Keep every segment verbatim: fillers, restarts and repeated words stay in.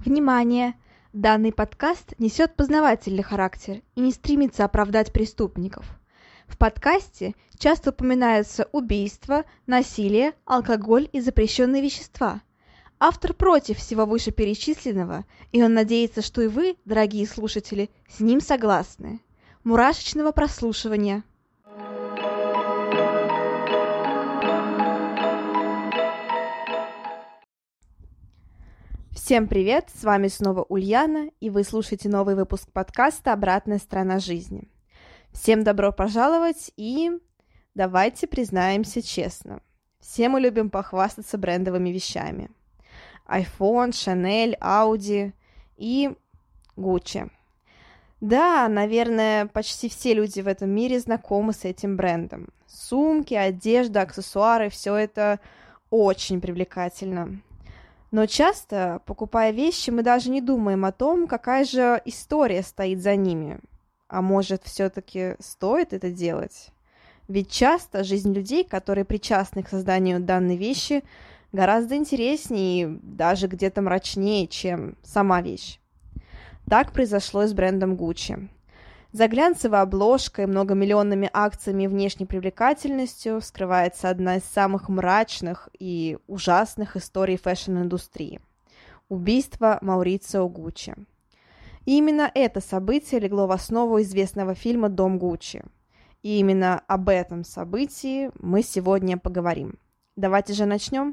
Внимание! Данный подкаст несет познавательный характер и не стремится оправдать преступников. В подкасте часто упоминаются убийства, насилие, алкоголь и запрещенные вещества. Автор против всего вышеперечисленного, и он надеется, что и вы, дорогие слушатели, с ним согласны. Мурашечного прослушивания! Всем привет, с вами снова Ульяна, и вы слушаете новый выпуск подкаста «Обратная сторона жизни». Всем добро пожаловать, и давайте признаемся честно. Все мы любим похвастаться брендовыми вещами. iPhone, Chanel, Audi и Gucci. Да, наверное, почти все люди в этом мире знакомы с этим брендом. Сумки, одежда, аксессуары – все это очень привлекательно. Но часто, покупая вещи, мы даже не думаем о том, какая же история стоит за ними. А может, все-таки стоит это делать? Ведь часто жизнь людей, которые причастны к созданию данной вещи, гораздо интереснее и даже где-то мрачнее, чем сама вещь. Так произошло и с брендом Gucci. За глянцевой обложкой, многомиллионными акциями и внешней привлекательностью скрывается одна из самых мрачных и ужасных историй фэшн-индустрии – убийство Маурицио Гуччи. И именно это событие легло в основу известного фильма «Дом Гуччи». И именно об этом событии мы сегодня поговорим. Давайте же начнем.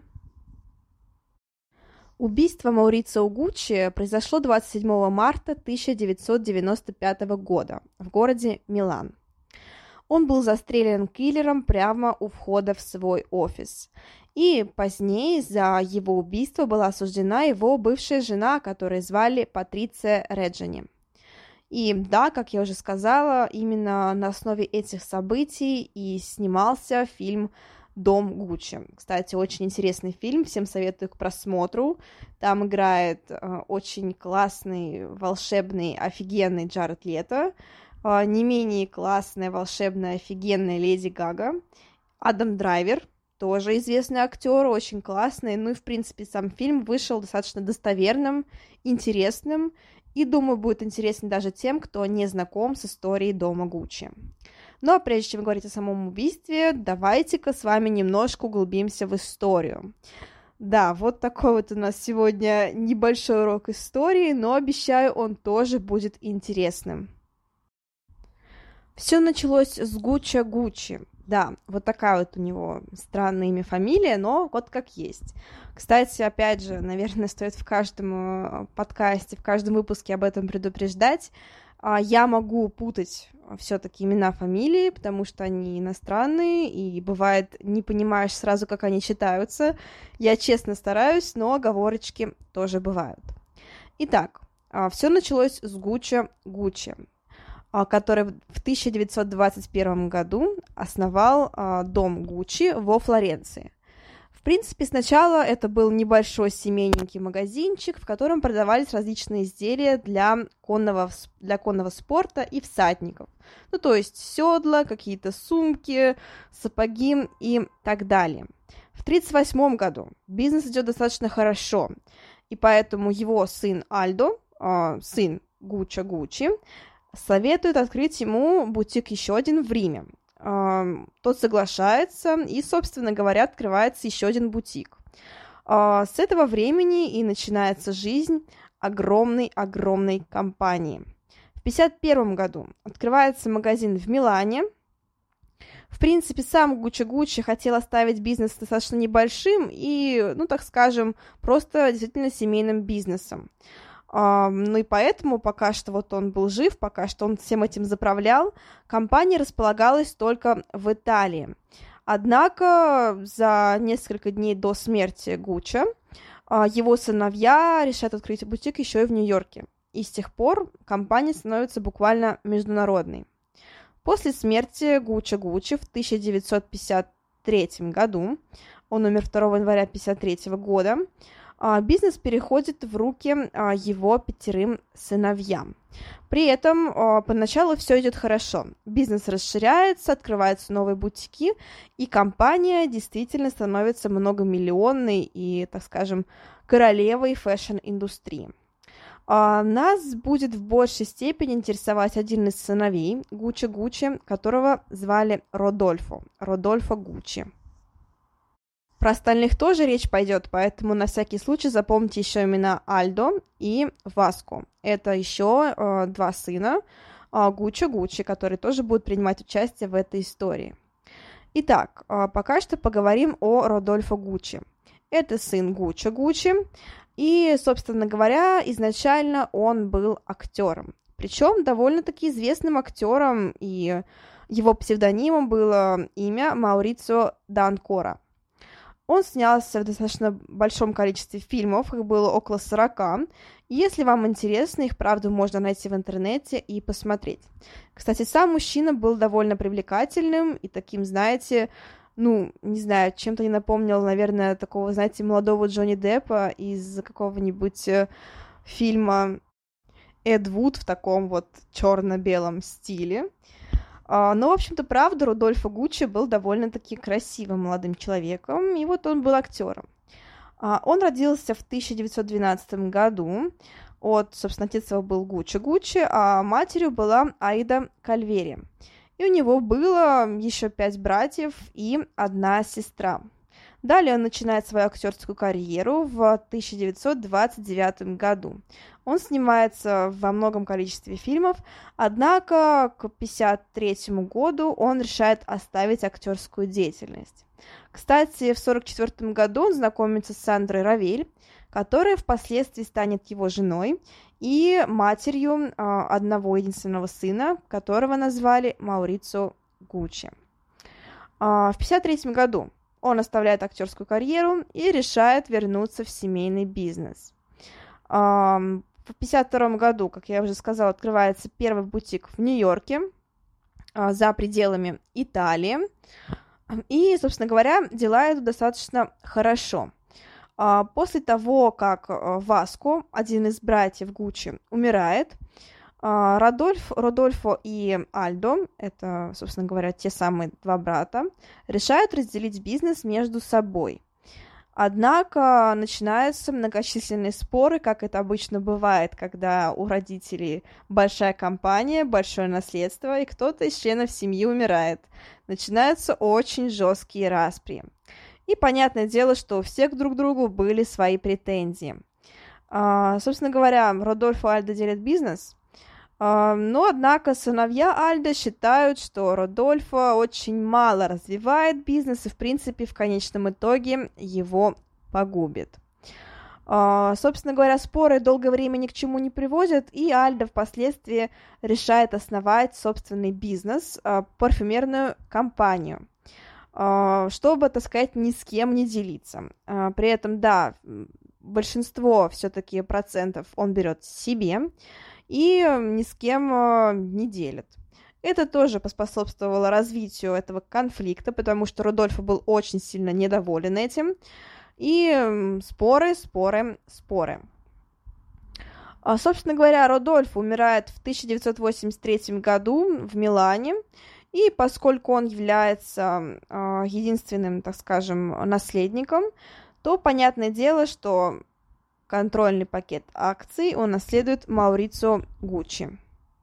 Убийство Маурицио Гуччи произошло двадцать седьмого марта тысяча девятьсот девяносто пятого года в городе Милан. Он был застрелен киллером прямо у входа в свой офис. И позднее за его убийство была осуждена его бывшая жена, которую звали Патриция Реджини. И да, как я уже сказала, именно на основе этих событий и снимался фильм «Дом Гуччи». Кстати, очень интересный фильм, всем советую к просмотру. Там играет э, очень классный, волшебный, офигенный Джаред Лето, э, не менее классная, волшебная, офигенная Леди Гага, Адам Драйвер, тоже известный актер, очень классный. Ну и, в принципе, сам фильм вышел достаточно достоверным, интересным, и, думаю, будет интересен даже тем, кто не знаком с историей дома Гуччи. Ну а прежде чем говорить о самом убийстве, давайте-ка с вами немножко углубимся в историю. Да, вот такой вот у нас сегодня небольшой урок истории, но обещаю, он тоже будет интересным. Все началось с Гуччи Гуччи. Да, вот такая вот у него странное имя, фамилия, но вот как есть. Кстати, опять же, наверное, стоит в каждом подкасте, в каждом выпуске об этом предупреждать. Я могу путать все-таки имена, фамилии, потому что они иностранные, и бывает, не понимаешь сразу, как они читаются. Я честно стараюсь, но оговорочки тоже бывают. Итак, все началось с Гуччи Гуччи, который в тысяча девятьсот двадцать первом году основал дом Гуччи во Флоренции. В принципе, сначала это был небольшой семейненький магазинчик, в котором продавались различные изделия для конного, для конного спорта и всадников. Ну, то есть седла, какие-то сумки, сапоги и так далее. В тридцать восьмом году бизнес идет достаточно хорошо, и поэтому его сын Альдо, э, сын Гуччи Гуччи, советует открыть ему бутик еще один в Риме. Тот соглашается, и, собственно говоря, открывается еще один бутик. С этого времени и начинается жизнь огромной-огромной компании. В пятьдесят первом году открывается магазин в Милане. В принципе, сам Гуччи Гуччи хотел оставить бизнес достаточно небольшим и, ну, так скажем, просто действительно семейным бизнесом. Uh, ну и поэтому пока что вот он был жив, пока что он всем этим заправлял, компания располагалась только в Италии. Однако за несколько дней до смерти Гуччи uh, его сыновья решат открыть бутик еще и в Нью-Йорке. И с тех пор компания становится буквально международной. После смерти Гуччи Гуччи в тысяча девятьсот пятьдесят третьем году, он умер второго января тысяча девятьсот пятьдесят третьего года, бизнес переходит в руки его пятерым сыновьям. При этом поначалу все идет хорошо. Бизнес расширяется, открываются новые бутики, и компания действительно становится многомиллионной и, так скажем, королевой фэшн-индустрии. А, нас будет в большей степени интересовать один из сыновей Гуччи Гуччи, которого звали Родольфо, Родольфо Гуччи. Про остальных тоже речь пойдет, поэтому на всякий случай запомните еще имена Альдо и Васко. Это еще э, два сына э, Гуччи Гуччи, которые тоже будут принимать участие в этой истории. Итак, э, пока что поговорим о Родольфо Гуччи. Это сын Гуччи Гуччи, и, собственно говоря, изначально он был актером. Причем довольно-таки известным актером, и его псевдонимом было имя Маурицио Д'Анкора. Он снялся в достаточно большом количестве фильмов, их было около сорока. Если вам интересно, их, правда, можно найти в интернете и посмотреть. Кстати, сам мужчина был довольно привлекательным и таким, знаете, ну, не знаю, чем-то не напомнил, наверное, такого, знаете, молодого Джонни Деппа из какого-нибудь фильма Эд Вуд в таком вот черно-белом стиле. Но, в общем-то, правда, Родольфо Гуччи был довольно-таки красивым молодым человеком, и вот он был актером. Он родился в тысяча девятьсот двенадцатом году, от, собственно, отец его был Гуччи Гуччи, а матерью была Аида Кальвери. И у него было еще пять братьев и одна сестра. Далее он начинает свою актерскую карьеру в тысяча девятьсот двадцать девятом году. Он снимается во многом количестве фильмов, однако к пятьдесят третьему году он решает оставить актерскую деятельность. Кстати, в сорок четвёртом году он знакомится с Сандрой Равель, которая впоследствии станет его женой и матерью э, одного единственного сына, которого назвали Маурицио Гуччи. Э, в пятьдесят третьем году он оставляет актерскую карьеру и решает вернуться в семейный бизнес. В пятьдесят втором году, как я уже сказала, открывается первый бутик в Нью-Йорке, за пределами Италии. И, собственно говоря, дела идут достаточно хорошо. После того, как Васко, один из братьев Гуччи, умирает, Родольф, Родольфо и Альдо, это, собственно говоря, те самые два брата, решают разделить бизнес между собой. Однако начинаются многочисленные споры, как это обычно бывает, когда у родителей большая компания, большое наследство, и кто-то из членов семьи умирает. Начинаются очень жесткие распри. И понятное дело, что у всех друг к другу были свои претензии. А, собственно говоря, Родольфо и Альдо делят бизнес. Но, однако, сыновья Альдо считают, что Родольфо очень мало развивает бизнес и, в принципе, в конечном итоге его погубит. Собственно говоря, споры долгое время ни к чему не приводят, и Альдо впоследствии решает основать собственный бизнес, парфюмерную компанию, чтобы, так сказать, ни с кем не делиться. При этом, да, большинство все-таки процентов он берет себе, и ни с кем не делит. Это тоже поспособствовало развитию этого конфликта, потому что Родольфо был очень сильно недоволен этим. И споры, споры, споры. Собственно говоря, Родольфо умирает в тысяча девятьсот восемьдесят третьем году в Милане, и поскольку он является единственным, так скажем, наследником, то понятное дело, что контрольный пакет акций он наследует Маурицио Гуччи.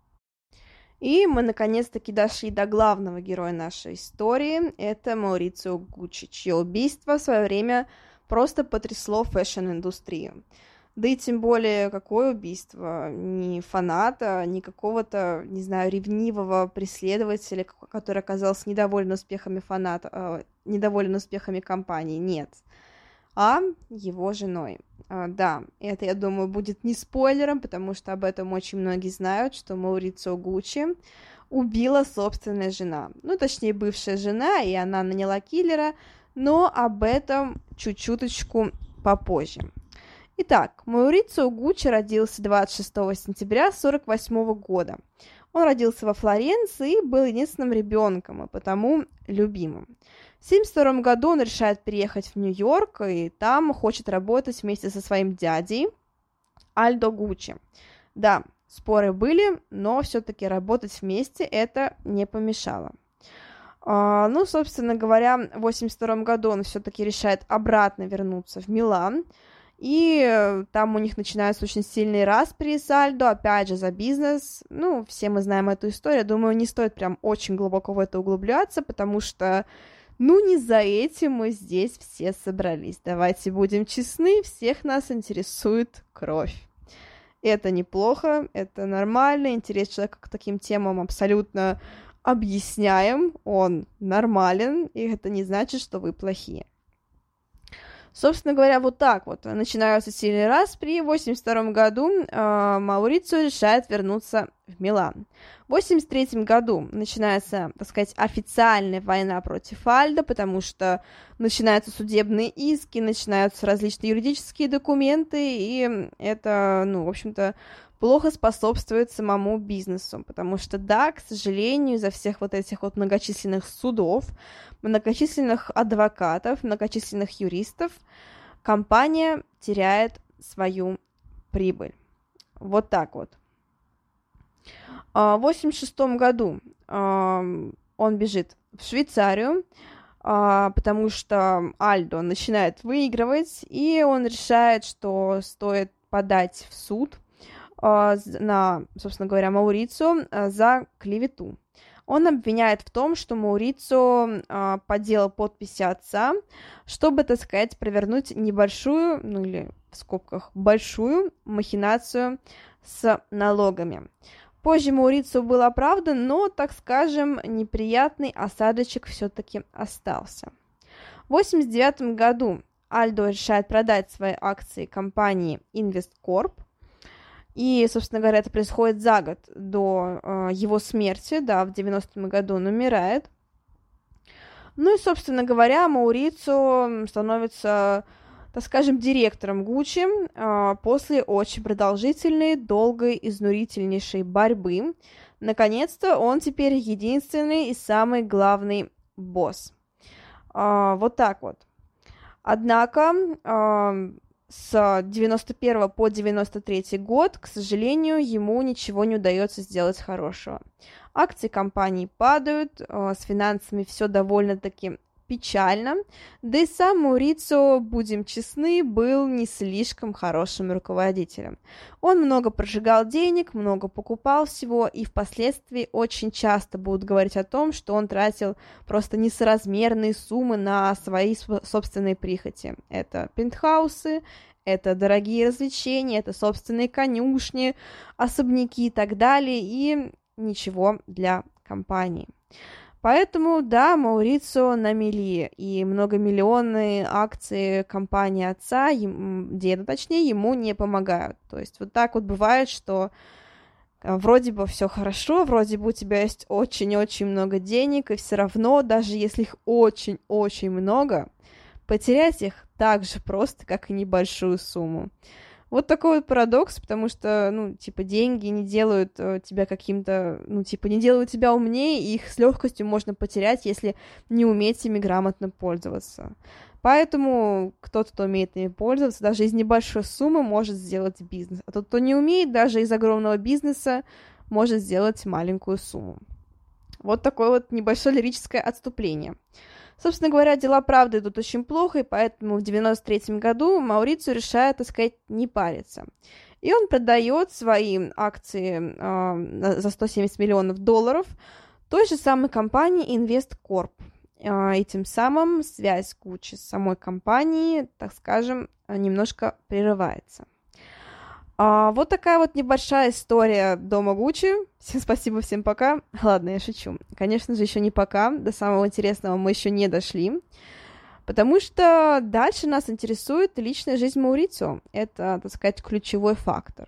И мы наконец-таки дошли до главного героя нашей истории. Это Маурицио Гуччи, чье убийство в свое время просто потрясло фэшн-индустрию. Да и тем более, какое убийство? Ни фаната, ни какого-то, не знаю, ревнивого преследователя, который оказался недоволен успехами фаната, э, недоволен успехами компании. Нет. А его женой. А, да, это, я думаю, будет не спойлером, потому что об этом очень многие знают, что Маурицио Гуччи убила собственная жена. Ну, точнее, бывшая жена, и она наняла киллера, но об этом чуть-чуточку попозже. Итак, Маурицио Гуччи родился двадцать шестого сентября сорок восьмого года. Он родился во Флоренции и был единственным ребенком, и потому любимым. В семьдесят втором году он решает переехать в Нью-Йорк, и там хочет работать вместе со своим дядей Альдо Гуччи. Да, споры были, но все-таки работать вместе это не помешало. А, ну, собственно говоря, в восемьдесят втором году он все-таки решает обратно вернуться в Милан, и там у них начинаются очень сильные распри с Альдо, опять же, за бизнес. Ну, все мы знаем эту историю, думаю, не стоит прям очень глубоко в это углубляться, потому что, ну, не за этим мы здесь все собрались. Давайте будем честны, всех нас интересует кровь. Это неплохо, это нормально, интерес человека к таким темам абсолютно объясняем, он нормален, и это не значит, что вы плохие. Собственно говоря, вот так вот начинаются сильные распри. В восемьдесят втором году э, Маурицио решает вернуться в Милан. В восемьдесят третьем году начинается, так сказать, официальная война против Альдо, потому что начинаются судебные иски, начинаются различные юридические документы, и это, ну, в общем-то, плохо способствует самому бизнесу, потому что, да, к сожалению, из-за всех вот этих вот многочисленных судов, многочисленных адвокатов, многочисленных юристов, компания теряет свою прибыль. Вот так вот. В восемьдесят шестом году он бежит в Швейцарию, потому что Альдо начинает выигрывать, и он решает, что стоит подать в суд на, собственно говоря, Маурицио за клевету. Он обвиняет в том, что Маурицио а, подделал подписи отца, чтобы, так сказать, провернуть небольшую, ну или в скобках большую махинацию с налогами. Позже Маурицио был оправдан, но, так скажем, неприятный осадочек все-таки остался. В восемьдесят девятом году Альдо решает продать свои акции компании Investcorp. И, собственно говоря, это происходит за год до э, его смерти, да, в девяностом году он умирает. Ну и, собственно говоря, Маурицио становится, так скажем, директором Гуччи э, после очень продолжительной, долгой, изнурительнейшей борьбы. Наконец-то он теперь единственный и самый главный босс. Э, вот так вот. Однако... Э, С девяносто первого по девяносто третий год, к сожалению, ему ничего не удается сделать хорошего. Акции компании падают, с финансами все довольно-таки печально, да и сам Маурицио, будем честны, был не слишком хорошим руководителем. Он много прожигал денег, много покупал всего, и впоследствии очень часто будут говорить о том, что он тратил просто несоразмерные суммы на свои собственные прихоти. Это пентхаусы, это дорогие развлечения, это собственные конюшни, особняки и так далее, и ничего для компании. Поэтому, да, Маурицио на мели, и многомиллионные акции компании отца, ем, деда точнее, ему не помогают. То есть вот так вот бывает, что вроде бы все хорошо, вроде бы у тебя есть очень-очень много денег, и все равно, даже если их очень-очень много, потерять их так же просто, как и небольшую сумму. Вот такой вот парадокс, потому что, ну, типа, деньги не делают э, тебя каким-то, ну, типа, не делают тебя умнее, и их с легкостью можно потерять, если не уметь ими грамотно пользоваться. Поэтому кто-то, кто умеет ими пользоваться, даже из небольшой суммы может сделать бизнес. А тот, кто не умеет, даже из огромного бизнеса может сделать маленькую сумму. Вот такое вот небольшое лирическое отступление. Собственно говоря, дела правда идут очень плохо, и поэтому в девяносто третьем году Маурицио решает, так сказать, не париться. И он продает свои акции э, за сто семьдесят миллионов долларов той же самой компании Investcorp. Э, и тем самым связь Гуччи с самой компанией, так скажем, немножко прерывается. А, вот такая вот небольшая история дома Гуччи. Всем спасибо, всем пока. Ладно, я шучу. Конечно же, еще не пока. До самого интересного мы еще не дошли. Потому что дальше нас интересует личная жизнь Маурицио. Это, так сказать, ключевой фактор.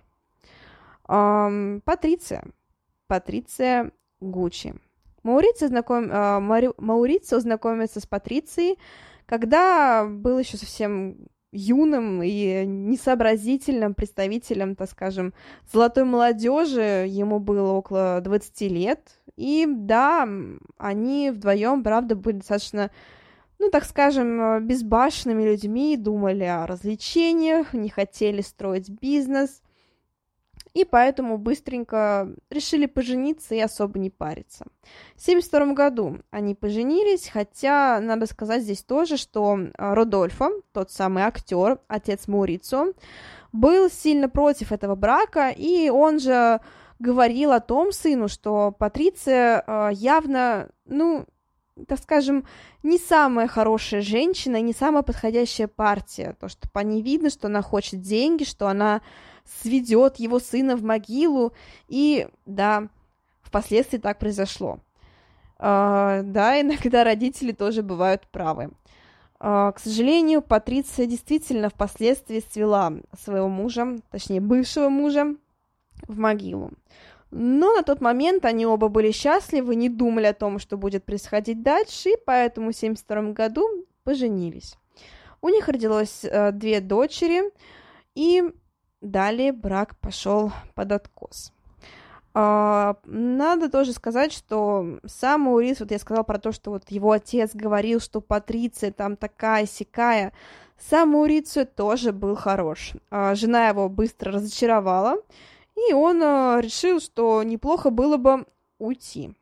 А, Патриция. Патриция Гуччи. Маурицио, знаком... а, Маурицио знакомится с Патрицией, когда был еще совсем юным и несообразительным представителем, так скажем, золотой молодежи. Ему было около двадцати лет. И да, они вдвоем, правда, были достаточно, ну, так скажем, безбашенными людьми, думали о развлечениях, не хотели строить бизнес. и поэтому быстренько решили пожениться и особо не париться. В семьдесят втором году они поженились, хотя надо сказать здесь тоже, что Родольфо, тот самый актер, отец Маурицио, был сильно против этого брака, и он же говорил о том сыну, что Патриция явно, ну, так скажем, не самая хорошая женщина, не самая подходящая партия, то, что по ней видно, что она хочет деньги, что она сведет его сына в могилу, и, да, впоследствии так произошло. Uh, да, иногда родители тоже бывают правы. Uh, к сожалению, Патриция действительно впоследствии свела своего мужа, точнее, бывшего мужа, в могилу. Но на тот момент они оба были счастливы, не думали о том, что будет происходить дальше, и поэтому в семьдесят втором году поженились. У них родилось uh, две дочери, и далее брак пошел под откос. Uh, надо тоже сказать, что сам Маурицио, вот я сказала про то, что вот его отец говорил, что Патриция там такая-сякая, сам Маурицио тоже был хорош. Uh, жена его быстро разочаровала, и он uh, решил, что неплохо было бы уйти.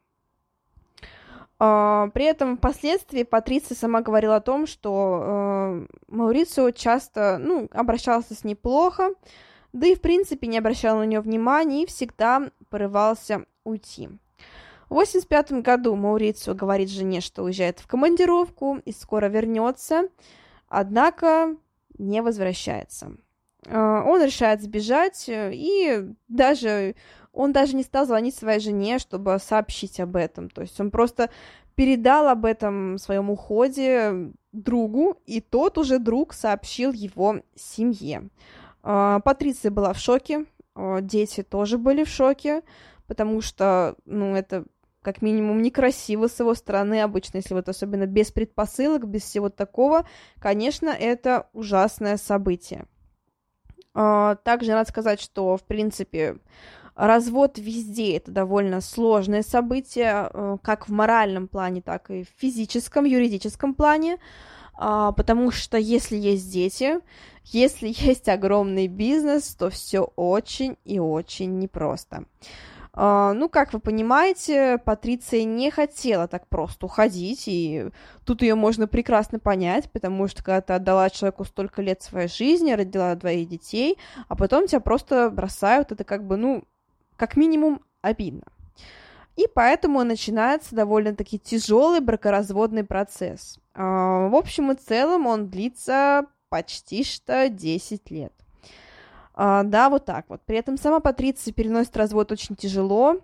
Uh, при этом впоследствии Патриция сама говорила о том, что uh, Маурицио часто, ну, обращался с ней плохо, да и, в принципе, не обращал на нее внимания и всегда порывался уйти. В восемьдесят пятом году Маурицио говорит жене, что уезжает в командировку и скоро вернется, однако не возвращается. Он решает сбежать, и даже он даже не стал звонить своей жене, чтобы сообщить об этом. То есть он просто передал об этом своем уходе другу, и тот уже друг сообщил его семье. Патриция была в шоке, дети тоже были в шоке, потому что, ну, это как минимум некрасиво с его стороны обычно, если вот особенно без предпосылок, без всего такого, конечно, это ужасное событие. Также надо сказать, что, в принципе, развод везде это довольно сложное событие, как в моральном плане, так и в физическом, юридическом плане, потому что если есть дети, если есть огромный бизнес, то все очень и очень непросто. Ну, как вы понимаете, Патриция не хотела так просто уходить, и тут ее можно прекрасно понять, потому что когда ты отдала человеку столько лет своей жизни, родила двоих детей, а потом тебя просто бросают, это как бы, ну, как минимум обидно. И поэтому начинается довольно-таки тяжелый бракоразводный процесс. В общем и целом он длится почти что десять лет. Да, вот так вот. При этом сама Патриция переносит развод очень тяжело.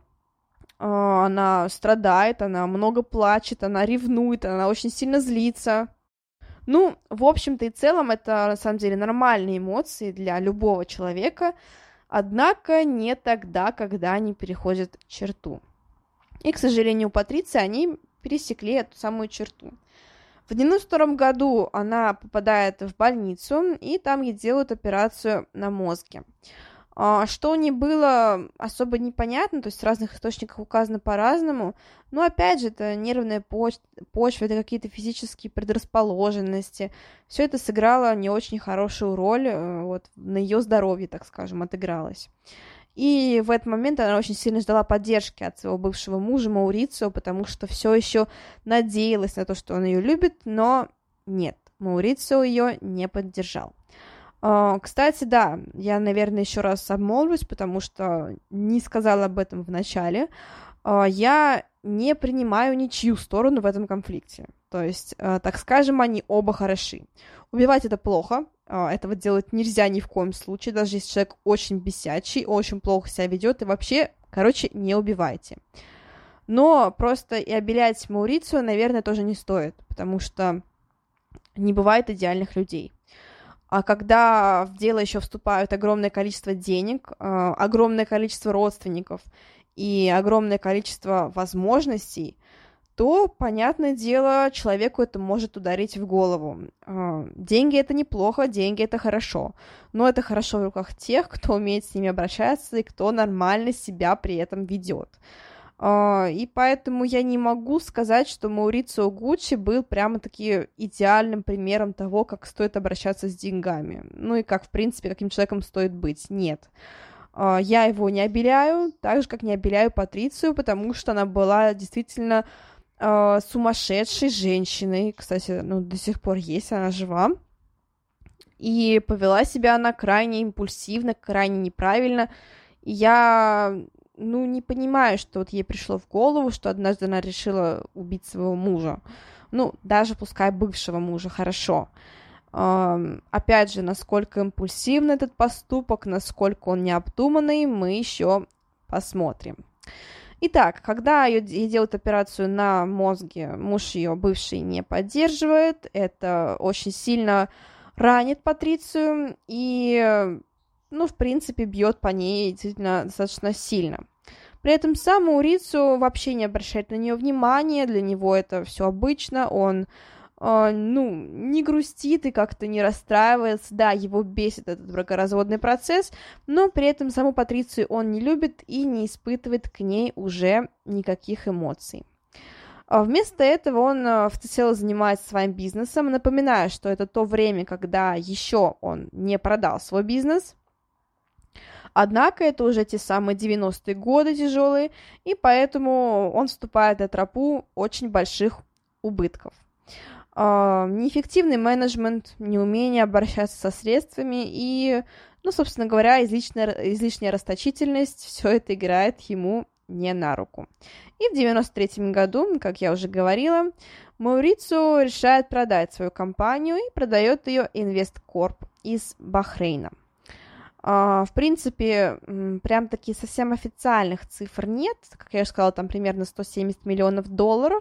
Она страдает, она много плачет, она ревнует, она очень сильно злится. Ну, в общем-то и целом, это на самом деле нормальные эмоции для любого человека, однако не тогда, когда они переходят черту. И, к сожалению, у Патриции они пересекли эту самую черту. В девяносто втором году она попадает в больницу, и там ей делают операцию на мозге. Что не было особо непонятно, то есть в разных источниках указано по-разному, но опять же, это нервная почва, почва, это какие-то физические предрасположенности. Все это сыграло не очень хорошую роль, вот, на ее здоровье, так скажем, отыгралось. И в этот момент она очень сильно ждала поддержки от своего бывшего мужа Маурицио, потому что все еще надеялась на то, что он ее любит, но нет, Маурицио ее не поддержал. Кстати, да, я, наверное, еще раз обмолвлюсь, потому что не сказала об этом в начале. Я не принимаю ничью сторону в этом конфликте. То есть, так скажем, они оба хороши. Убивать это плохо, этого делать нельзя ни в коем случае, даже если человек очень бесячий, очень плохо себя ведет, и вообще, короче, не убивайте. Но просто и обелять Маурицио, наверное, тоже не стоит, потому что не бывает идеальных людей. А когда в дело еще вступают огромное количество денег, огромное количество родственников и огромное количество возможностей, то, понятное дело, человеку это может ударить в голову. Деньги — это неплохо, деньги — это хорошо, но это хорошо в руках тех, кто умеет с ними обращаться и кто нормально себя при этом ведет. И поэтому я не могу сказать, что Маурицио Гуччи был прямо-таки идеальным примером того, как стоит обращаться с деньгами. Ну и как, в принципе, каким человеком стоит быть. Нет. Я его не обеляю, так же, как не обеляю Патрицию, потому что она была действительно э, сумасшедшей женщиной. Кстати, ну, до сих пор есть, она жива. И повела себя она крайне импульсивно, крайне неправильно. И я, ну, не понимаю, что вот ей пришло в голову, что однажды она решила убить своего мужа. Ну, даже пускай бывшего мужа, хорошо. Uh, опять же, насколько импульсивный этот поступок, насколько он необдуманный, мы еще посмотрим. Итак, когда ей делают операцию на мозге, муж ее бывший не поддерживает, это очень сильно ранит Патрицию и, ну, в принципе, бьет по ней действительно достаточно сильно. При этом сам Маурицу вообще не обращает на нее внимания, для него это все обычно, он Uh, ну, не грустит и как-то не расстраивается, да, его бесит этот бракоразводный процесс, но при этом саму Патрицию он не любит и не испытывает к ней уже никаких эмоций. Uh, вместо этого он uh, всецело занимается своим бизнесом, напоминаю, что это то время, когда еще он не продал свой бизнес, однако это уже те самые девяностые годы тяжелые, и поэтому он вступает на тропу очень больших убытков. Uh, неэффективный менеджмент, неумение обращаться со средствами и, ну, собственно говоря, излишняя, излишняя расточительность, все это играет ему не на руку. И в девяносто третьем году, как я уже говорила, Маурицу решает продать свою компанию и продает ее Инвесткорп из Бахрейна. Uh, в принципе, прям-таки совсем официальных цифр нет, как я уже сказала, там примерно сто семьдесят миллионов долларов.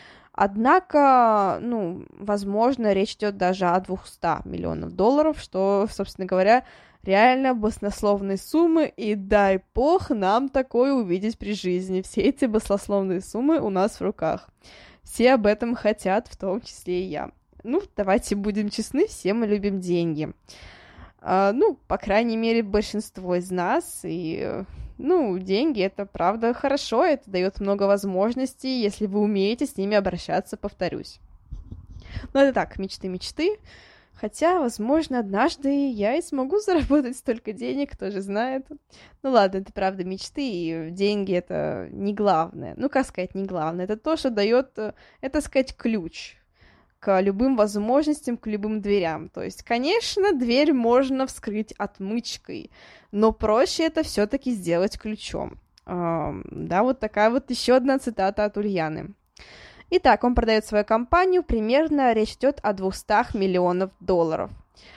Однако, ну, возможно, речь идет даже о двухстах миллионах долларов, что, собственно говоря, реально баснословные суммы, и дай бог нам такое увидеть при жизни. Все эти баснословные суммы у нас в руках. Все об этом хотят, в том числе и я. Ну, давайте будем честны, все мы любим деньги. А, ну, по крайней мере, большинство из нас, и... Ну, деньги — это, правда, хорошо, это дает много возможностей, если вы умеете с ними обращаться, повторюсь. Но это так, мечты-мечты, хотя, возможно, однажды я и смогу заработать столько денег, кто же знает. Ну ладно, это, правда, мечты, и деньги — это не главное. Ну, как сказать, не главное, это то, что дает, это, так сказать, ключ к любым возможностям, к любым дверям. То есть, конечно, дверь можно вскрыть отмычкой, но проще это все-таки сделать ключом. Uh, да, вот такая вот еще одна цитата от Ульяны. Итак, он продает свою компанию, примерно речь идет о двухстах миллионов долларов.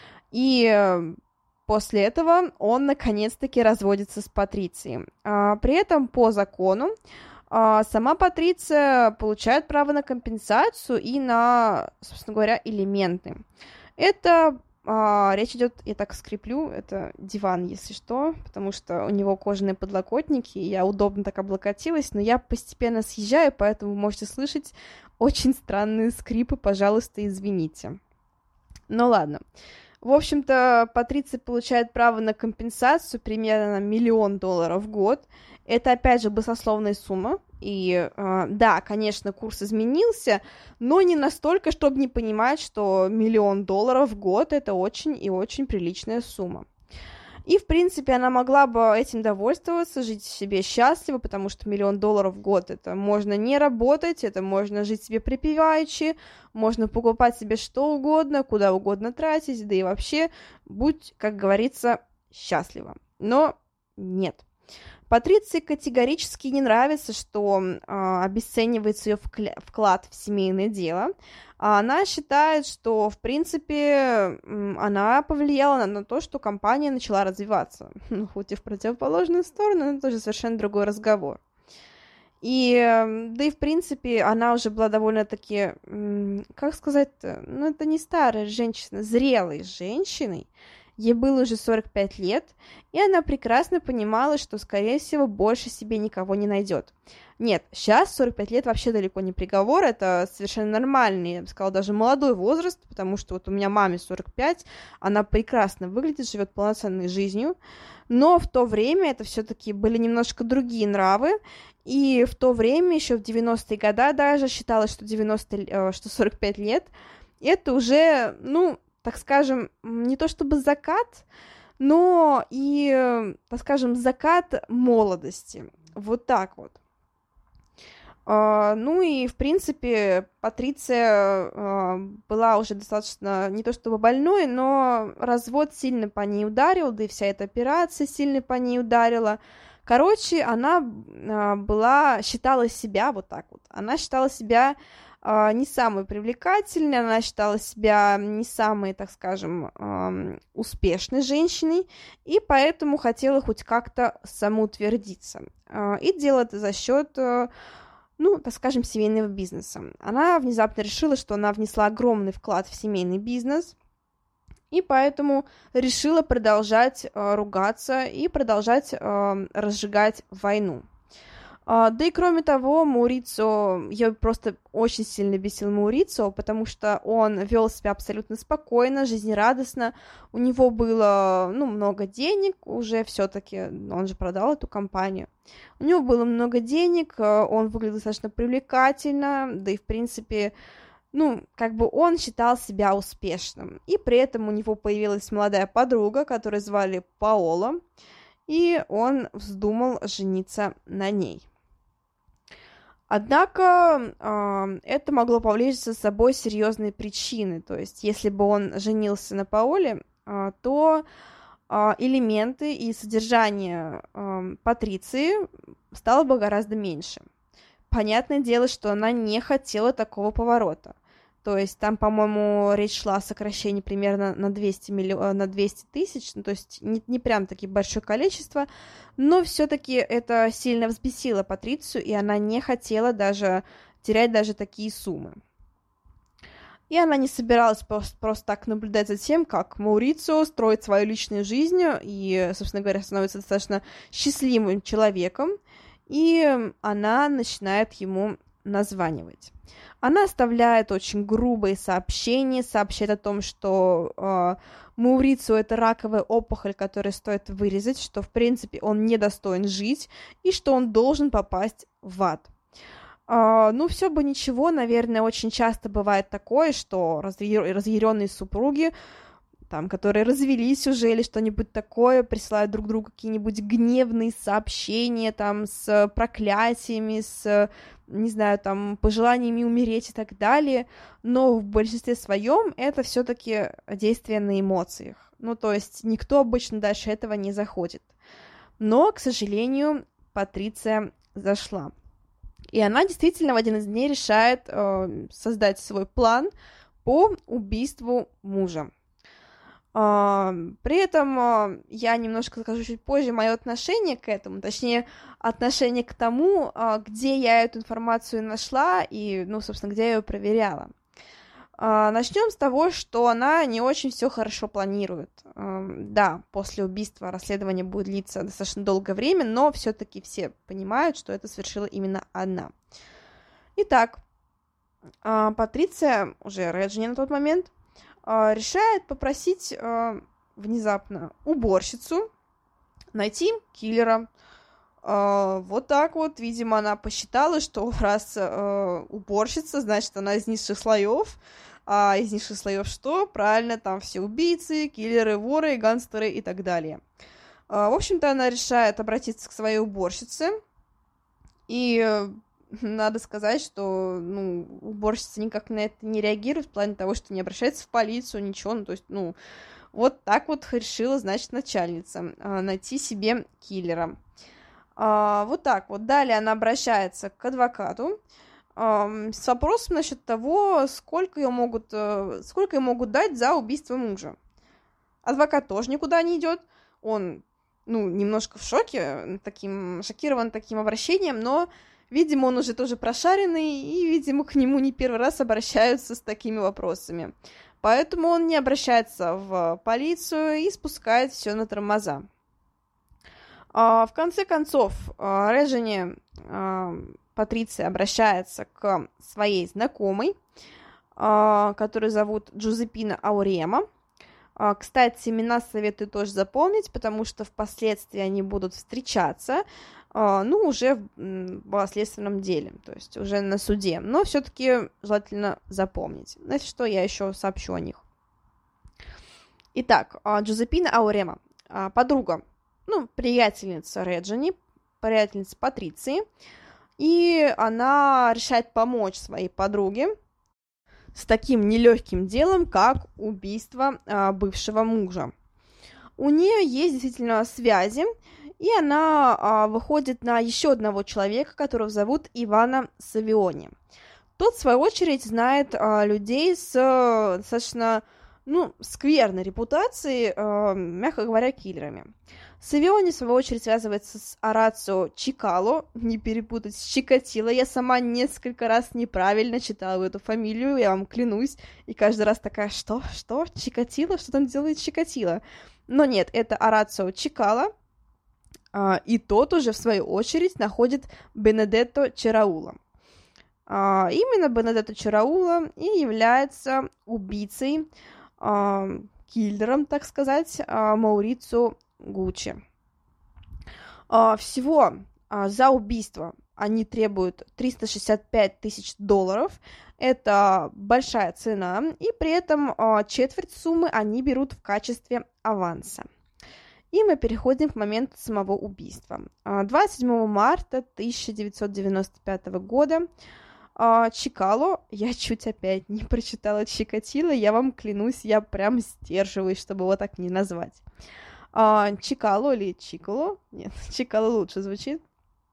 И uh, после этого он наконец-таки разводится с Патрицией. Uh, при этом по закону uh, сама Патриция получает право на компенсацию и на, собственно говоря, элементы. Это Uh, речь идет, я так скреплю, это диван, если что, потому что у него кожаные подлокотники, и я удобно так облокотилась, но я постепенно съезжаю, поэтому вы можете слышать очень странные скрипы, пожалуйста, извините. Ну ладно. В общем-то, Патриция получает право на компенсацию примерно миллион долларов в год. Это, опять же, баснословная сумма. И э, да, конечно, курс изменился, но не настолько, чтобы не понимать, что миллион долларов в год — это очень и очень приличная сумма. И, в принципе, она могла бы этим довольствоваться, жить себе счастливо, потому что миллион долларов в год — это можно не работать, это можно жить себе припеваючи, можно покупать себе что угодно, куда угодно тратить, да и вообще будь, как говорится, счастлива. Но нет. Патриции категорически не нравится, что э, обесценивается ее вкля- вклад в семейное дело. Она считает, что, в принципе, она повлияла на, на то, что компания начала развиваться. Ну, хоть и в противоположную сторону, но это тоже совершенно другой разговор. И, да и, в принципе, она уже была довольно-таки, как сказать-то, ну, это не старая женщина, зрелой женщиной. Ей было уже сорок пять лет, и она прекрасно понимала, что, скорее всего, больше себе никого не найдет. Нет, сейчас сорок пять лет вообще далеко не приговор, это совершенно нормальный, я бы сказала, даже молодой возраст, потому что вот у меня маме сорок пять, она прекрасно выглядит, живет полноценной жизнью, но в то время это все-таки были немножко другие нравы, и в то время, еще в девяностые годы даже, считалось, что, девяносто, что сорок пять лет, это уже, ну, так скажем, не то чтобы закат, но и, так скажем, закат молодости. Вот так вот. Uh, ну и, в принципе, Патриция uh, была уже достаточно не то чтобы больной, но развод сильно по ней ударил, да и вся эта операция сильно по ней ударила. Короче, она uh, была, считала себя вот так вот, она считала себя uh, не самой привлекательной, она считала себя не самой, так скажем, uh, успешной женщиной, и поэтому хотела хоть как-то самоутвердиться. Uh, и делала это за счет uh, ну, так скажем, семейного бизнеса. Она внезапно решила, что она внесла огромный вклад в семейный бизнес, и поэтому решила продолжать э, ругаться и продолжать э, разжигать войну. Uh, да и кроме того, Маурицио, я просто очень сильно бесил Маурицио, потому что он вел себя абсолютно спокойно, жизнерадостно, у него было, ну, много денег уже все-таки, он же продал эту компанию, у него было много денег, он выглядел достаточно привлекательно, да и, в принципе, ну, как бы он считал себя успешным, и при этом у него появилась молодая подруга, которую звали Паола, и он вздумал жениться на ней. Однако э, это могло повлечь за собой серьезные причины. То есть, если бы он женился на Паоле, э, то э, элементы и содержание э, Патриции стало бы гораздо меньше. Понятное дело, что она не хотела такого поворота. То есть там, по-моему, речь шла о сокращении примерно на двести, миллион, на двести тысяч, ну, то есть не, не прям таки большое количество, но все-таки это сильно взбесило Патрицию, и она не хотела даже терять даже такие суммы. И она не собиралась просто, просто так наблюдать за тем, как Маурицио строит свою личную жизнь и, собственно говоря, становится достаточно счастливым человеком, и она начинает ему названивать. Она оставляет очень грубые сообщения, сообщает о том, что э, Маурицио — это раковая опухоль, которую стоит вырезать, что, в принципе, он не достоин жить, и что он должен попасть в ад. Э, ну, все бы ничего, наверное, очень часто бывает такое, что разъяр- разъяренные супруги, там, которые развелись уже или что-нибудь такое, присылают друг другу какие-нибудь гневные сообщения, там, с проклятиями, с, не знаю, там, пожеланиями умереть и так далее, но в большинстве своем это все-таки действие на эмоциях. Ну, то есть никто обычно дальше этого не заходит. Но, к сожалению, Патриция зашла. И она действительно в один из дней решает э, создать свой план по убийству мужа. Uh, при этом uh, я немножко скажу чуть позже мое отношение к этому, точнее, отношение к тому, uh, где я эту информацию нашла и, ну, собственно, где я ее проверяла. Uh, начнем с того, что она не очень все хорошо планирует. Uh, да, после убийства расследование будет длиться достаточно долгое время, но все-таки все понимают, что это совершила именно она. Итак, uh, Патриция, уже Реджини на тот момент, решает попросить э, внезапно уборщицу найти киллера. Э, вот так вот, видимо, она посчитала, что раз э, уборщица, значит, она из низших слоев. А из низших слоев что? Правильно, там все убийцы, киллеры, воры, гангстеры и так далее. Э, в общем-то, она решает обратиться к своей уборщице. И надо сказать, что, ну, уборщица никак на это не реагирует, в плане того, что не обращается в полицию, ничего, ну, то есть, ну, вот так вот решила, значит, начальница найти себе киллера. А, вот так вот. Далее она обращается к адвокату а, с вопросом насчет того, сколько ее могут, сколько ей могут дать за убийство мужа. Адвокат тоже никуда не идет, он, ну, немножко в шоке, таким, шокирован таким обращением, но видимо, он уже тоже прошаренный, и, видимо, к нему не первый раз обращаются с такими вопросами. Поэтому он не обращается в полицию и спускает все на тормоза. В конце концов, Реджини Патриция обращается к своей знакомой, которую зовут Джузеппина Аурема. Кстати, имена советую тоже запомнить, потому что впоследствии они будут встречаться, ну, уже в следственном деле, то есть уже на суде. Но все-таки желательно запомнить. Знаете что, я еще сообщу о них. Итак, Джузеппина Аурема. а, подруга, ну, приятельница Реджини, приятельница Патриции, и она решает помочь своей подруге с таким нелегким делом, как убийство а, бывшего мужа. У нее есть действительно связи, и она а, выходит на еще одного человека, которого зовут Ивана Савиони. Тот, в свою очередь, знает а, людей с а, достаточно, ну, скверной репутацией, а, мягко говоря, киллерами. Савиони, в свою очередь, связывается с Орацио Чикало, не перепутать с Чикатило. Я сама несколько раз неправильно читала эту фамилию, я вам клянусь, и каждый раз такая, что, что, Чикатило, что там делает Чикатило? Но нет, это Орацио Чикало, и тот уже, в свою очередь, находит Бенедетто Чираула. Именно Бенедетто Чираула и является убийцей, киллером, так сказать, Маурицио Гуччи. Всего за убийство они требуют триста шестьдесят пять тысяч долларов. Это большая цена, и при этом четверть суммы они берут в качестве аванса. И мы переходим к моменту самого убийства. двадцать седьмого марта тысяча девятьсот девяносто пятого года Чикало, я чуть опять не прочитала Чикатило, я вам клянусь, я прям сдерживаюсь, чтобы его так не назвать. Чикало или Чикало, нет, Чикало лучше звучит,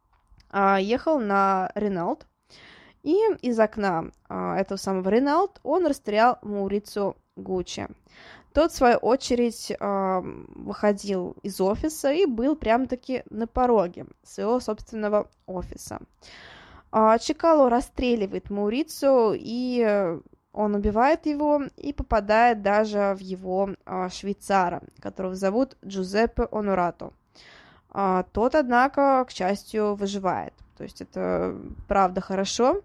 ехал на Ренаулт, и из окна этого самого Ренаулт он расстрелял Маурицио Гуччи. Тот, в свою очередь, выходил из офиса и был прям-таки на пороге своего собственного офиса. Чикало расстреливает Маурицио, и он убивает его и попадает даже в его швейцара, которого зовут Джузеппе Онорато. Тот, однако, к счастью, выживает. То есть это правда хорошо.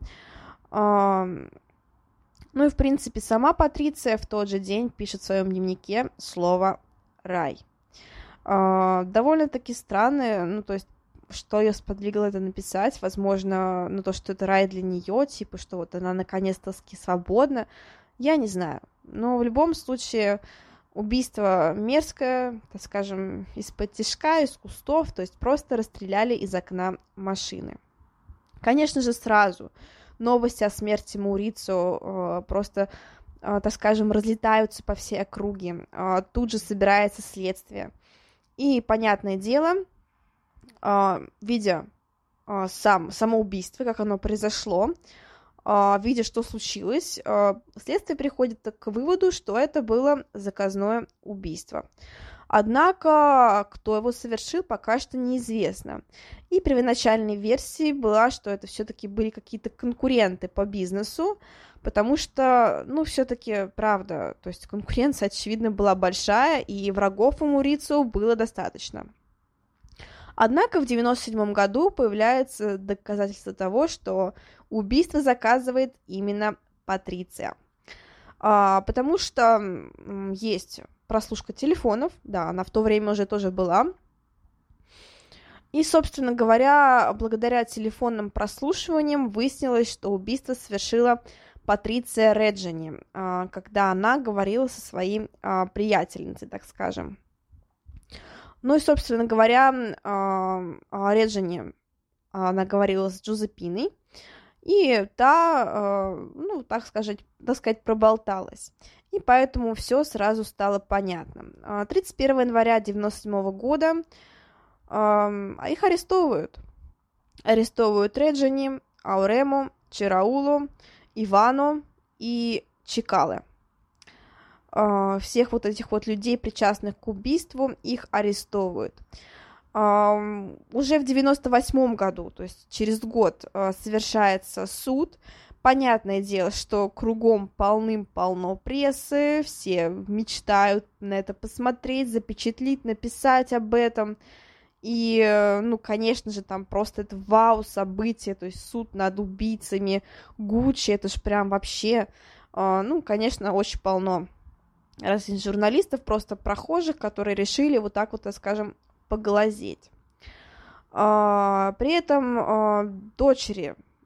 Ну и, в принципе, сама Патриция в тот же день пишет в своем дневнике слово «рай». Довольно-таки странное, ну, то есть что ее сподвигло это написать, возможно, ну, то, что это рай для нее, типа, что вот она наконец-то свободна, я не знаю. Но в любом случае убийство мерзкое, так скажем, из-под тишка, из кустов, то есть просто расстреляли из окна машины. Конечно же, сразу новости о смерти Маурицио э, просто, э, так скажем, разлетаются по всей округе, э, тут же собирается следствие. И, понятное дело, Uh, видя uh, сам, само убийство, как оно произошло, uh, видя, что случилось, uh, следствие приходит к выводу, что это было заказное убийство. Однако, кто его совершил, пока что неизвестно. И первоначальной версией была, что это все-таки были какие-то конкуренты по бизнесу, потому что, ну, все-таки, правда, то есть конкуренция, очевидно, была большая, и врагов у Маурицио было достаточно. Однако в девяносто седьмом году появляется доказательство того, что убийство заказывает именно Патриция. А, потому что есть прослушка телефонов, да, она в то время уже тоже была. И, собственно говоря, благодаря телефонным прослушиваниям выяснилось, что убийство совершила Патриция Реджини, а, когда она говорила со своей а, приятельницей, так скажем. Ну и, собственно говоря, Реджини, она говорила с Джузеппиной, и та, ну, так сказать, так сказать, проболталась. И поэтому все сразу стало понятно. тридцать первого января девяносто седьмого года их арестовывают. Арестовывают Реджини, Аурему, Чираулу, Ивану и Чикало. Всех вот этих вот людей, причастных к убийству, их арестовывают. Уже в девяносто восьмом году, то есть через год, совершается суд. Понятное дело, что кругом полным-полно прессы, все мечтают на это посмотреть, запечатлить, написать об этом. И, ну, конечно же, там просто это вау событие, то есть суд над убийцами Гуччи, это ж прям вообще, ну, конечно, очень полно разных журналистов, просто прохожих, которые решили вот так вот, так скажем, поглазеть. При этом дочери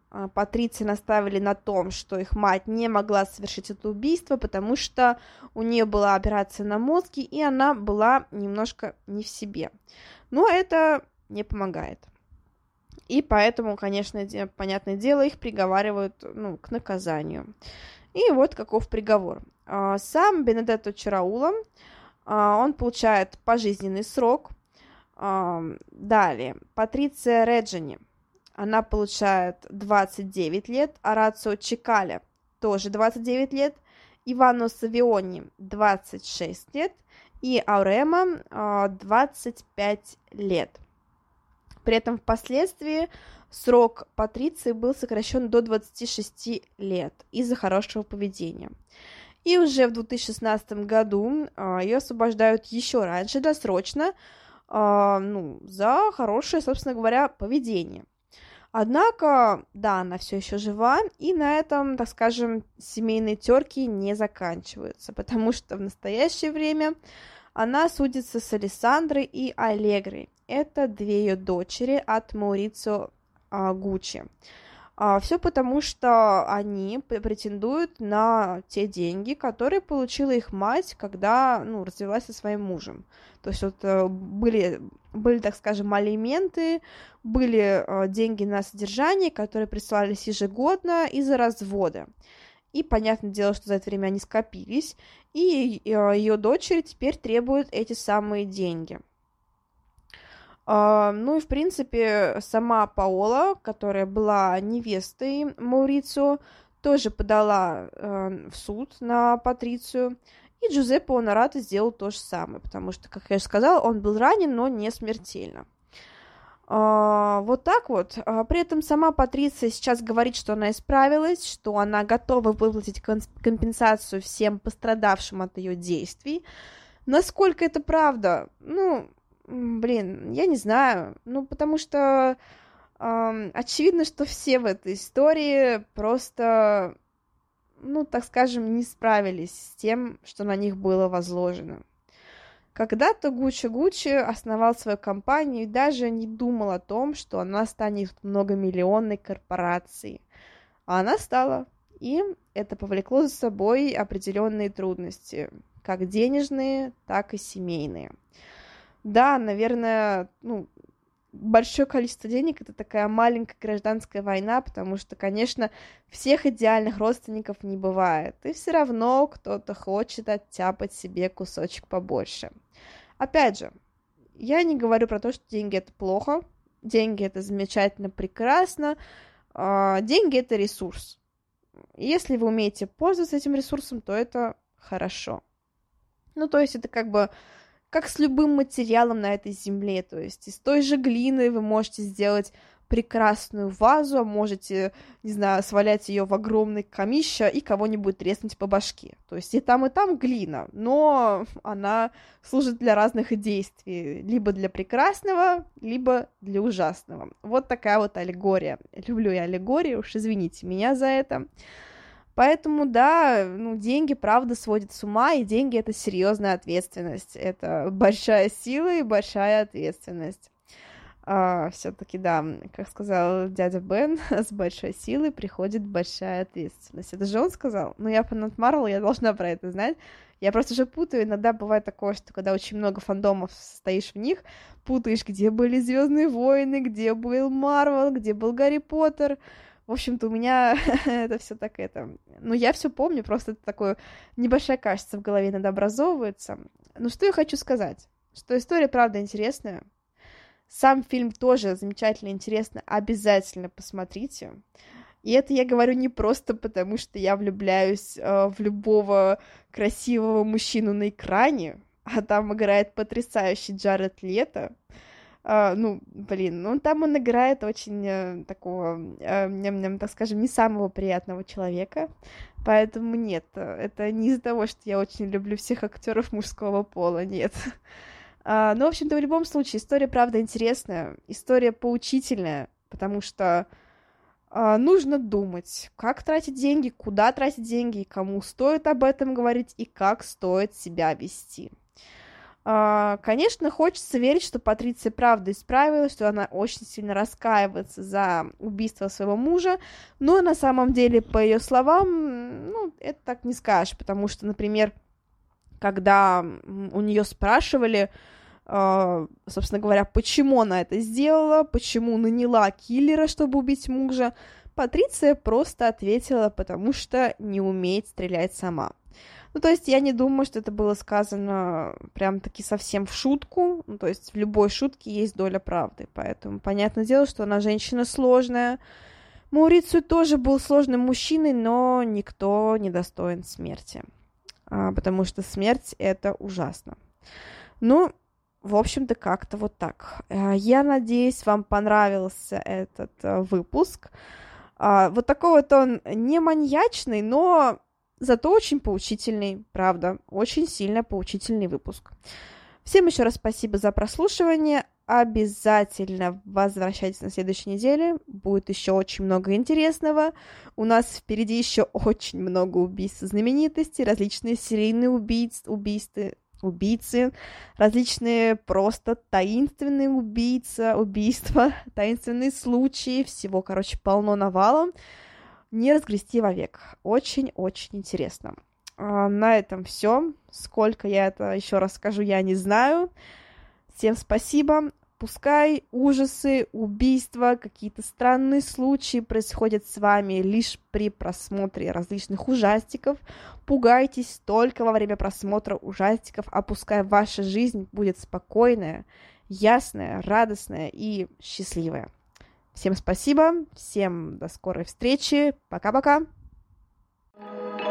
патриции наставили на том, что их мать не могла совершить это убийство, потому что у нее была операция на мозге, и она была немножко не в себе. Но это не помогает. И поэтому, конечно, понятное дело, их приговаривают, ну, к наказанию. И вот каков приговор. Сам Бенедетто Чираула, он получает пожизненный срок. Далее, Патриция Реджини, она получает двадцать девять лет, Орацио Чекаля тоже двадцать девять лет, Ивано Савиони двадцать шесть лет и Аурема двадцать пять лет. При этом впоследствии срок Патриции был сокращен до двадцати шести лет из-за хорошего поведения. И уже в две тысячи шестнадцатом году ее освобождают еще раньше, досрочно, ну, за хорошее, собственно говоря, поведение. Однако, да, она все еще жива, и на этом, так скажем, семейные терки не заканчиваются, потому что в настоящее время она судится с Алессандрой и Аллегрой. Это две ее дочери от Маурицио а, Гуччи. А, все потому, что они претендуют на те деньги, которые получила их мать, когда, ну, развелась со своим мужем. То есть вот были, были, так скажем, алименты, были э, деньги на содержание, которые присылались ежегодно из-за развода. И понятное дело, что за это время они скопились, и э, ее дочери теперь требуют эти самые деньги. Uh, ну и, в принципе, сама Паола, которая была невестой Маурицио, тоже подала uh, в суд на Патрицию, и Джузеппе Онорато сделал то же самое, потому что, как я уже сказала, он был ранен, но не смертельно. Uh, вот так вот. Uh, при этом сама Патриция сейчас говорит, что она исправилась, что она готова выплатить компенсацию всем пострадавшим от ее действий. Насколько это правда? Ну... Блин, я не знаю, ну, потому что э, очевидно, что все в этой истории просто, ну, так скажем, не справились с тем, что на них было возложено. Когда-то Гуччи Гуччи основал свою компанию и даже не думал о том, что она станет многомиллионной корпорацией. А она стала, и это повлекло за собой определенные трудности, как денежные, так и семейные. Да, наверное, ну, большое количество денег — это такая маленькая гражданская война, потому что, конечно, всех идеальных родственников не бывает, и все равно кто-то хочет оттяпать себе кусочек побольше. Опять же, я не говорю про то, что деньги — это плохо, деньги — это замечательно, прекрасно, деньги — это ресурс. Если вы умеете пользоваться этим ресурсом, то это хорошо. Ну, то есть это как бы... как с любым материалом на этой земле, то есть из той же глины вы можете сделать прекрасную вазу, а можете, не знаю, свалять ее в огромный камище и кого-нибудь треснуть по башке. То есть и там, и там глина, но она служит для разных действий, либо для прекрасного, либо для ужасного. Вот такая вот аллегория. Люблю я аллегории, уж извините меня за это. Поэтому, да, ну, деньги, правда, сводят с ума, и деньги — это серьезная ответственность. Это большая сила и большая ответственность. А, все-таки, да, как сказал дядя Бен, с большой силой приходит большая ответственность. Это же он сказал? Ну, я фанат Марвел, я должна про это знать. Я просто уже путаю. Иногда бывает такое, что когда очень много фандомов стоишь в них, путаешь, где были Звездные войны, где был Марвел, где был Гарри Поттер. В общем-то, у меня это все так это... Ну, я все помню, просто это такое небольшая кашица в голове иногда образовывается. Ну, что я хочу сказать? Что история, правда, интересная. Сам фильм тоже замечательно интересно. Обязательно посмотрите. И это я говорю не просто потому, что я влюбляюсь э, в любого красивого мужчину на экране, а там играет потрясающий Джаред Лето. Uh, ну, блин, ну там он играет очень uh, такого, uh, так скажем, не самого приятного человека, поэтому нет, это не из-за того, что я очень люблю всех актеров мужского пола, нет. Uh, но, в общем-то, в любом случае, история, правда, интересная, история поучительная, потому что uh, нужно думать, как тратить деньги, куда тратить деньги, и кому стоит об этом говорить, и как стоит себя вести. А, конечно, хочется верить, что Патриция правда исправилась, что она очень сильно раскаивается за убийство своего мужа, но на самом деле, по ее словам, ну, это так не скажешь, потому что, например, когда у нее спрашивали, собственно говоря, почему она это сделала, почему наняла киллера, чтобы убить мужа, Патриция просто ответила, потому что не умеет стрелять сама. Ну, то есть я не думаю, что это было сказано прям-таки совсем в шутку, ну, то есть в любой шутке есть доля правды, поэтому понятное дело, что она женщина сложная. Маурицию тоже был сложным мужчиной, но никто не достоин смерти, потому что смерть — это ужасно. Ну, в общем-то, как-то вот так. Я надеюсь, вам понравился этот выпуск. Вот такой вот он не маньячный, но зато очень поучительный, правда, очень сильно поучительный выпуск. Всем еще раз спасибо за прослушивание. Обязательно возвращайтесь на следующей неделе. Будет еще очень много интересного. У нас впереди еще очень много убийств знаменитостей, различные серийные убийц, убийства, убийцы, различные просто таинственные убийцы, убийства, таинственные случаи. Всего, короче, полно навалом. Не разгрести вовек. Очень-очень интересно. А, на этом все. Сколько я это еще раз скажу, я не знаю. Всем спасибо. Пускай ужасы, убийства, какие-то странные случаи происходят с вами лишь при просмотре различных ужастиков. Пугайтесь только во время просмотра ужастиков, а пускай ваша жизнь будет спокойная, ясная, радостная и счастливая. Всем спасибо, всем до скорой встречи, пока-пока!